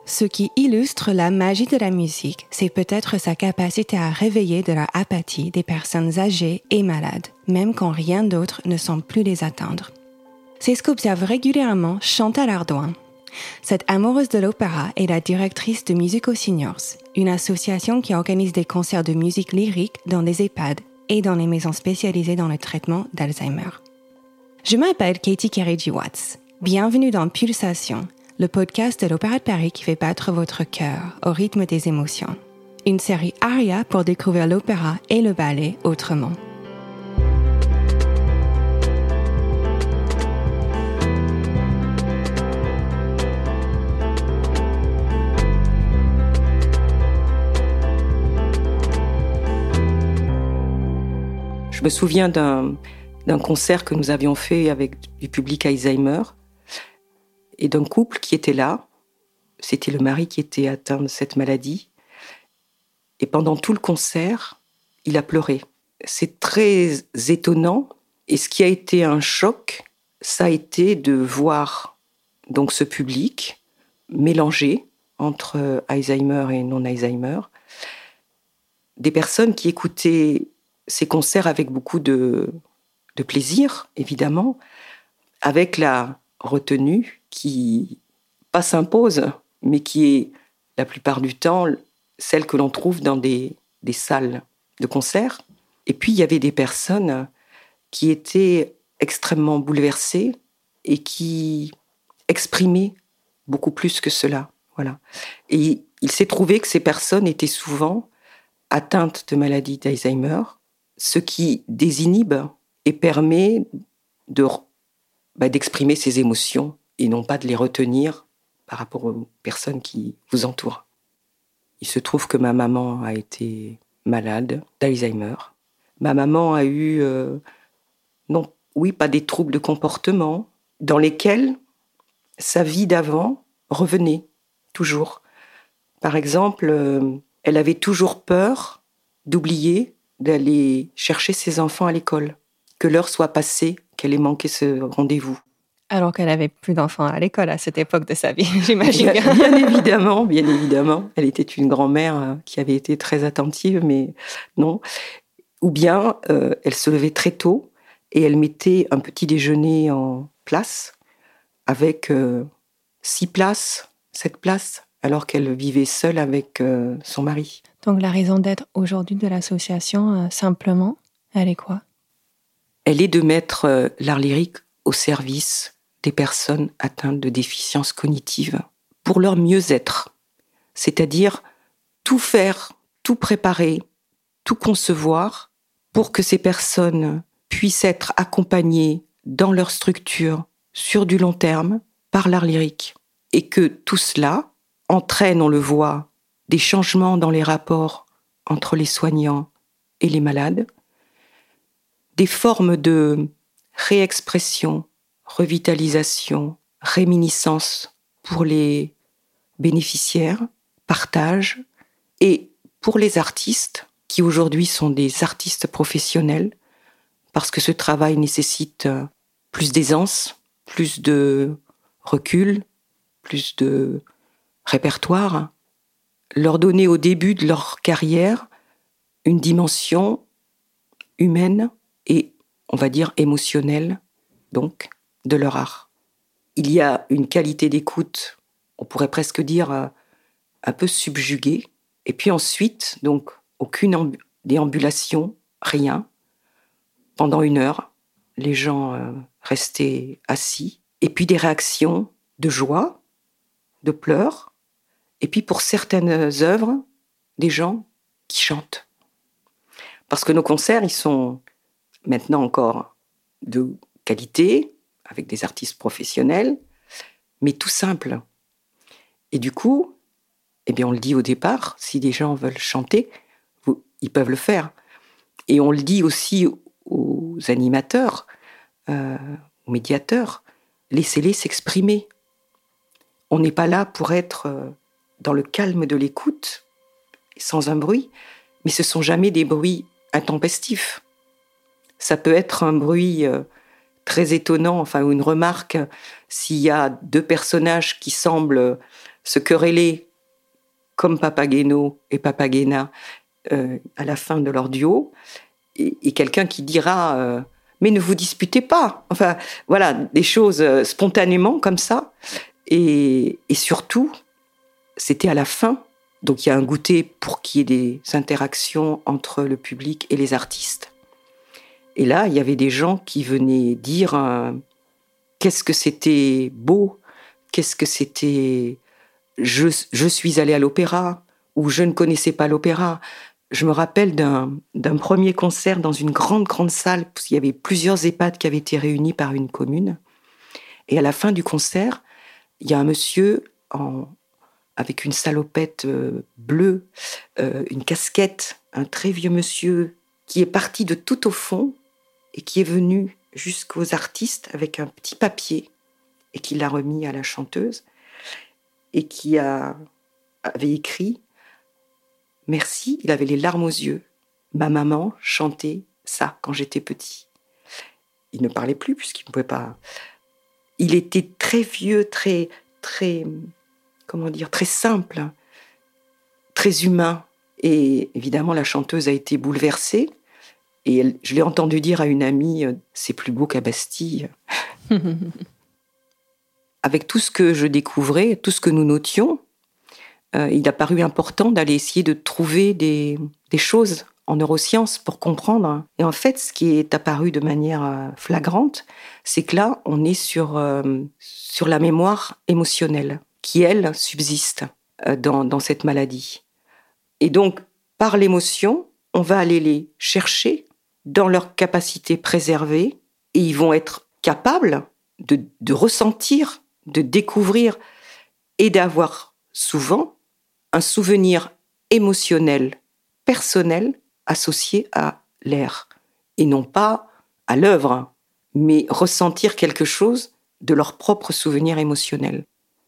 Ce qui illustre la magie de la musique, c'est peut-être sa capacité à réveiller de leur apathie des personnes âgées et malades, même quand rien d'autre ne semble plus les atteindre. C'est ce qu'observe régulièrement Chantal Ardouin. Cette amoureuse de l'opéra est la directrice de Music aux Seniors, une association qui organise des concerts de musique lyrique dans les EHPAD et dans les maisons spécialisées dans le traitement d'Alzheimer. Je m'appelle Katie Kerridji-Watts. Bienvenue dans Pulsation, le podcast de l'Opéra de Paris qui fait battre votre cœur au rythme des émotions. Une série ARIA pour découvrir l'opéra et le ballet autrement. Je me souviens d'un concert que nous avions fait avec du public Alzheimer et d'un couple qui était là. C'était le mari qui était atteint de cette maladie. Et pendant tout le concert, il a pleuré. C'est très étonnant. Et ce qui a été un choc, ça a été de voir donc ce public mélangé entre Alzheimer et non-Alzheimer. Des personnes qui écoutaient ces concerts avec beaucoup de plaisir, évidemment, avec la retenue qui, pas s'impose, mais qui est, la plupart du temps, celle que l'on trouve dans des salles de concert. Et puis, il y avait des personnes qui étaient extrêmement bouleversées et qui exprimaient beaucoup plus que cela. Voilà. Et il s'est trouvé que ces personnes étaient souvent atteintes de maladie d'Alzheimer, ce qui désinhibe et permet d'exprimer ses émotions et non pas de les retenir par rapport aux personnes qui vous entourent. Il se trouve que ma maman a été malade d'Alzheimer. Ma maman a eu, pas des troubles de comportement, dans lesquels sa vie d'avant revenait toujours. Par exemple, elle avait toujours peur d'oublier d'aller chercher ses enfants à l'école, que l'heure soit passée, qu'elle ait manqué ce rendez-vous. Alors qu'elle avait plus d'enfants à l'école à cette époque de sa vie, j'imagine bien. Bien évidemment. Elle était une grand-mère qui avait été très attentive, mais non. Ou bien, elle se levait très tôt et elle mettait un petit déjeuner en place avec 6 places, 7 places, alors qu'elle vivait seule avec son mari. Donc la raison d'être aujourd'hui de l'association, simplement, elle est quoi ? Elle est de mettre l'art lyrique au service des personnes atteintes de déficiences cognitives pour leur mieux-être. C'est-à-dire tout faire, tout préparer, tout concevoir pour que ces personnes puissent être accompagnées dans leur structure sur du long terme par l'art lyrique. Et que tout cela entraîne, on le voit, des changements dans les rapports entre les soignants et les malades, des formes de réexpression, revitalisation, réminiscence pour les bénéficiaires, partage, et pour les artistes, qui aujourd'hui sont des artistes professionnels, parce que ce travail nécessite plus d'aisance, plus de recul, plus de répertoire, leur donner au début de leur carrière une dimension humaine et, on va dire, émotionnelle, donc, de leur art. Il y a une qualité d'écoute, on pourrait presque dire un peu subjuguée, et puis ensuite, donc, aucune déambulation, rien. Pendant 1 heure, les gens restaient assis, et puis des réactions de joie, de pleurs, et puis pour certaines œuvres, des gens qui chantent. Parce que nos concerts, ils sont maintenant encore de qualité, avec des artistes professionnels, mais tout simple. Et du coup, on le dit au départ, si des gens veulent chanter, ils peuvent le faire. Et on le dit aussi aux animateurs, aux médiateurs, laissez-les s'exprimer. On n'est pas là pour être dans le calme de l'écoute, sans un bruit, mais ce ne sont jamais des bruits intempestifs. Ça peut être un bruit très étonnant, ou une remarque, s'il y a 2 personnages qui semblent se quereller comme Papageno et Papagena à la fin de leur duo, et quelqu'un qui dira mais ne vous disputez pas. Enfin, voilà, des choses spontanément comme ça. Et surtout, c'était à la fin. Donc il y a un goûter pour qu'il y ait des interactions entre le public et les artistes. Et là, il y avait des gens qui venaient dire qu'est-ce que c'était beau, qu'est-ce que c'était... Je suis allée à l'opéra, ou je ne connaissais pas l'opéra. Je me rappelle d'un premier concert dans une grande salle, parce qu'il y avait plusieurs EHPAD qui avaient été réunis par une commune. Et à la fin du concert, il y a un monsieur avec une salopette bleue, une casquette, un très vieux monsieur, qui est parti de tout au fond et qui est venu jusqu'aux artistes avec un petit papier et qui l'a remis à la chanteuse et qui avait écrit « Merci », il avait les larmes aux yeux. « Ma maman chantait ça quand j'étais petit ». Il ne parlait plus puisqu'il ne pouvait pas... Il était très vieux, très simple, très humain. Et évidemment, la chanteuse a été bouleversée. Et je l'ai entendu dire à une amie, c'est plus beau qu'à Bastille. Avec tout ce que je découvrais, tout ce que nous notions, il a paru important d'aller essayer de trouver des choses en neurosciences pour comprendre. Et en fait, ce qui est apparu de manière flagrante, c'est que là, on est sur la mémoire émotionnelle, qui, elle, subsiste dans cette maladie. Et donc, par l'émotion, on va aller les chercher dans leur capacité préservée, et ils vont être capables de ressentir, de découvrir et d'avoir souvent un souvenir émotionnel, personnel, associé à l'air, et non pas à l'œuvre, mais ressentir quelque chose de leur propre souvenir émotionnel.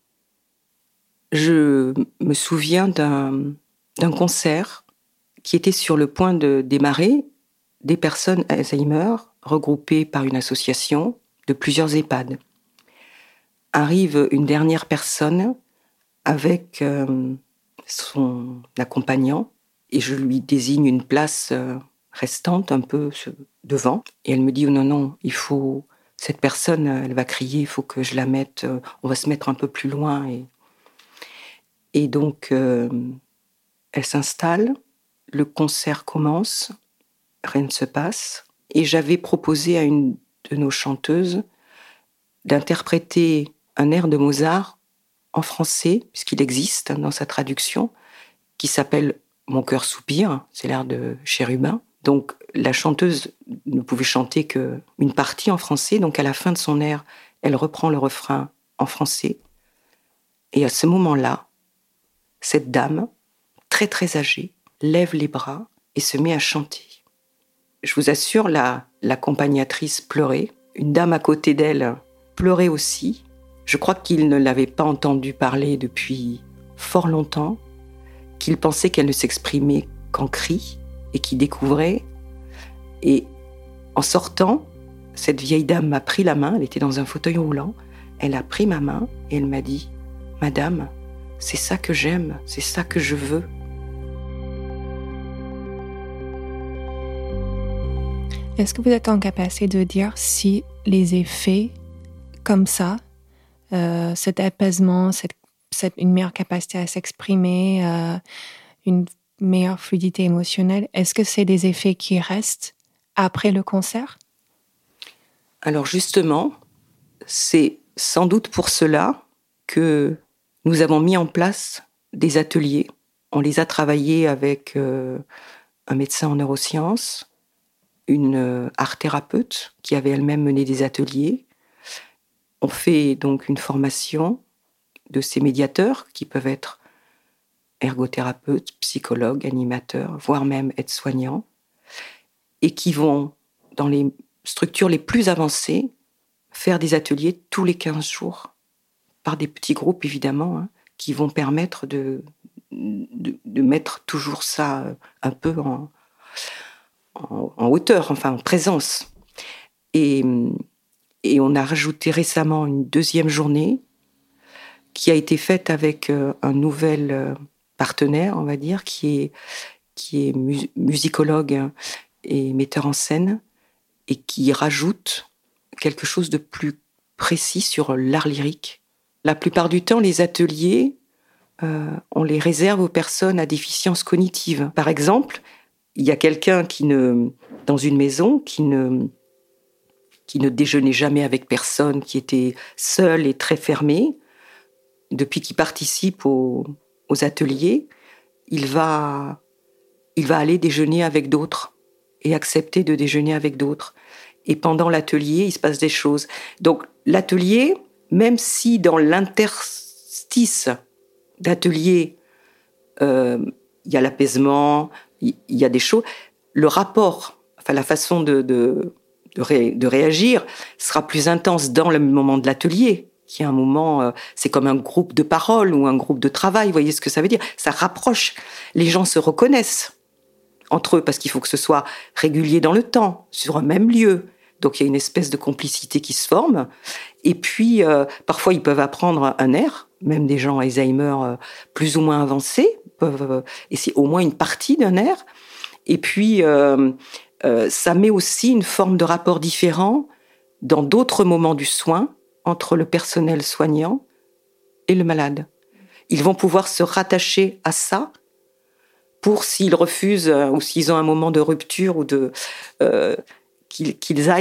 Je me souviens d'un concert qui était sur le point de démarrer, des personnes Alzheimer regroupées par une association de plusieurs EHPAD. Arrive une dernière personne avec son accompagnant et je lui désigne une place restante un peu devant et elle me dit non, cette personne elle va crier, il faut que je la mette, on va se mettre un peu plus loin et donc elle s'installe, le concert commence, rien ne se passe et j'avais proposé à une de nos chanteuses d'interpréter un air de Mozart en français, puisqu'il existe dans sa traduction, qui s'appelle « Mon cœur soupire », c'est l'air de Chérubin. Donc la chanteuse ne pouvait chanter qu'une partie en français, donc à la fin de son air, elle reprend le refrain en français. Et à ce moment-là, cette dame, très âgée, lève les bras et se met à chanter. Je vous assure, l'accompagnatrice pleurait, une dame à côté d'elle pleurait aussi. Je crois qu'il ne l'avait pas entendue parler depuis fort longtemps, qu'il pensait qu'elle ne s'exprimait qu'en cris et qu'il découvrait. Et en sortant, cette vieille dame m'a pris la main, elle était dans un fauteuil roulant, elle a pris ma main et elle m'a dit « Madame, c'est ça que j'aime, c'est ça que je veux ». Est-ce que vous êtes en capacité de dire si les effets comme ça, cet apaisement, une meilleure capacité à s'exprimer, une meilleure fluidité émotionnelle, est-ce que c'est des effets qui restent après le concert ? Alors justement, c'est sans doute pour cela que nous avons mis en place des ateliers. On les a travaillés avec un médecin en neurosciences, une art-thérapeute qui avait elle-même mené des ateliers. On fait donc une formation de ces médiateurs qui peuvent être ergothérapeutes, psychologues, animateurs, voire même aides-soignants, et qui vont, dans les structures les plus avancées, faire des ateliers tous les 15 jours, par des petits groupes évidemment, qui vont permettre de mettre toujours ça un peu en hauteur, enfin en présence. Et on a rajouté récemment une deuxième journée qui a été faite avec un nouvel partenaire, on va dire, qui est musicologue et metteur en scène, et qui rajoute quelque chose de plus précis sur l'art lyrique. La plupart du temps, les ateliers, on les réserve aux personnes à déficience cognitive. Par exemple, il y a quelqu'un dans une maison qui ne déjeunait jamais avec personne, qui était seul et très fermé. Depuis qu'il participe aux ateliers, il va aller déjeuner avec d'autres et accepter de déjeuner avec d'autres. Et pendant l'atelier, il se passe des choses. Donc l'atelier, même si dans l'interstice d'atelier, il y a l'apaisement, il y a des choses, le rapport, enfin la façon de réagir sera plus intense dans le moment de l'atelier, qui est un moment, c'est comme un groupe de parole ou un groupe de travail, vous voyez ce que ça veut dire ? Ça rapproche, les gens se reconnaissent entre eux, parce qu'il faut que ce soit régulier dans le temps, sur un même lieu. Donc il y a une espèce de complicité qui se forme. Et puis, parfois, ils peuvent apprendre un air, même des gens Alzheimer plus ou moins avancés, peuvent essayer au moins une partie d'un air. Et puis, ça met aussi une forme de rapport différent dans d'autres moments du soin entre le personnel soignant et le malade. Ils vont pouvoir se rattacher à ça pour, s'ils refusent ou s'ils ont un moment de rupture ou qu'ils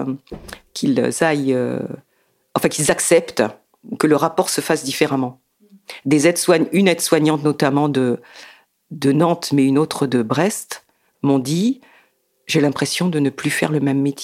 acceptent que le rapport se fasse différemment. Une aide-soignante notamment de Nantes, mais une autre de Brest, m'ont dit « J'ai l'impression de ne plus faire le même métier ».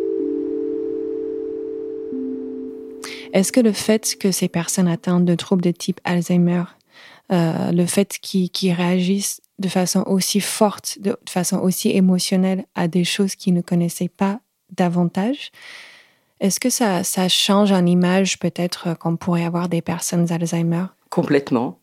Est-ce que le fait que ces personnes atteintes de troubles de type Alzheimer, le fait qu'ils réagissent de façon aussi forte, de façon aussi émotionnelle à des choses qu'ils ne connaissaient pas davantage, est-ce que ça change en image peut-être qu'on pourrait avoir des personnes Alzheimer ? Complètement.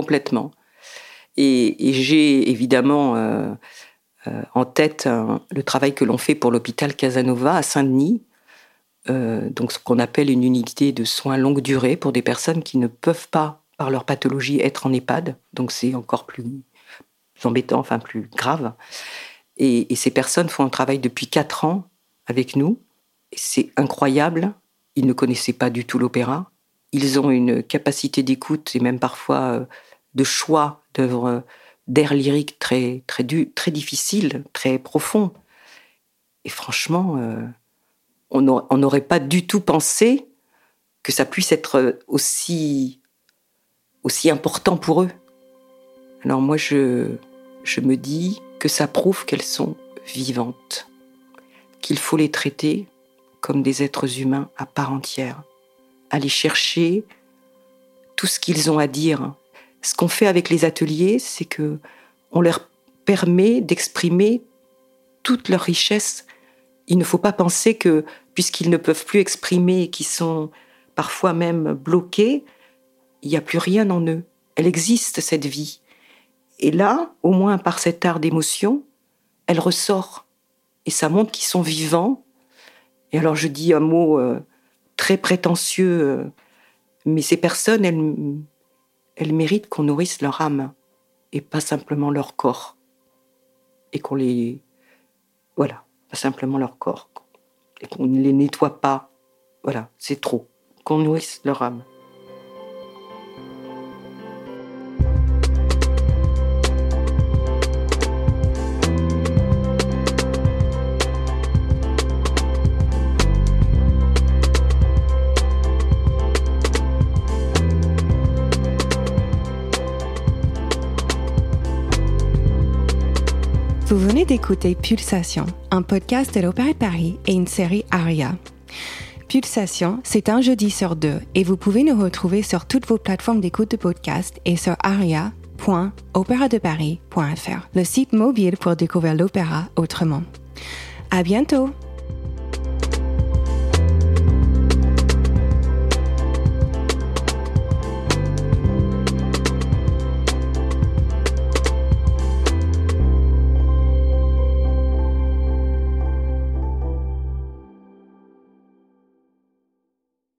Et j'ai évidemment en tête le travail que l'on fait pour l'hôpital Casanova à Saint-Denis, donc ce qu'on appelle une unité de soins longue durée pour des personnes qui ne peuvent pas, par leur pathologie, être en EHPAD. Donc c'est encore plus embêtant, enfin plus grave. Et ces personnes font un travail depuis 4 ans avec nous. Et c'est incroyable. Ils ne connaissaient pas du tout l'opéra. Ils ont une capacité d'écoute et même parfois de choix d'œuvres d'air lyrique très, très, très difficile, très profond. Et franchement, on n'aurait pas du tout pensé que ça puisse être aussi important pour eux. Alors moi, je me dis que ça prouve qu'elles sont vivantes, qu'il faut les traiter comme des êtres humains à part entière, aller chercher tout ce qu'ils ont à dire. Ce qu'on fait avec les ateliers, c'est que on leur permet d'exprimer toute leur richesse. Il ne faut pas penser que, puisqu'ils ne peuvent plus exprimer et qu'ils sont parfois même bloqués, il n'y a plus rien en eux. Elle existe, cette vie. Et là, au moins par cet art d'émotion, elle ressort. Et ça montre qu'ils sont vivants. Et alors je dis un mot très prétentieux, mais ces personnes, elles méritent qu'on nourrisse leur âme et pas simplement leur corps. Et qu'on les... Voilà, pas simplement leur corps. Et qu'on ne les nettoie pas. Voilà, c'est trop. Qu'on nourrisse leur âme. Vous venez d'écouter Pulsation, un podcast de l'Opéra de Paris et une série Aria. Pulsation, c'est un jeudi sur 2 et vous pouvez nous retrouver sur toutes vos plateformes d'écoute de podcast et sur aria.operadeparis.fr, le site mobile pour découvrir l'opéra autrement. À bientôt!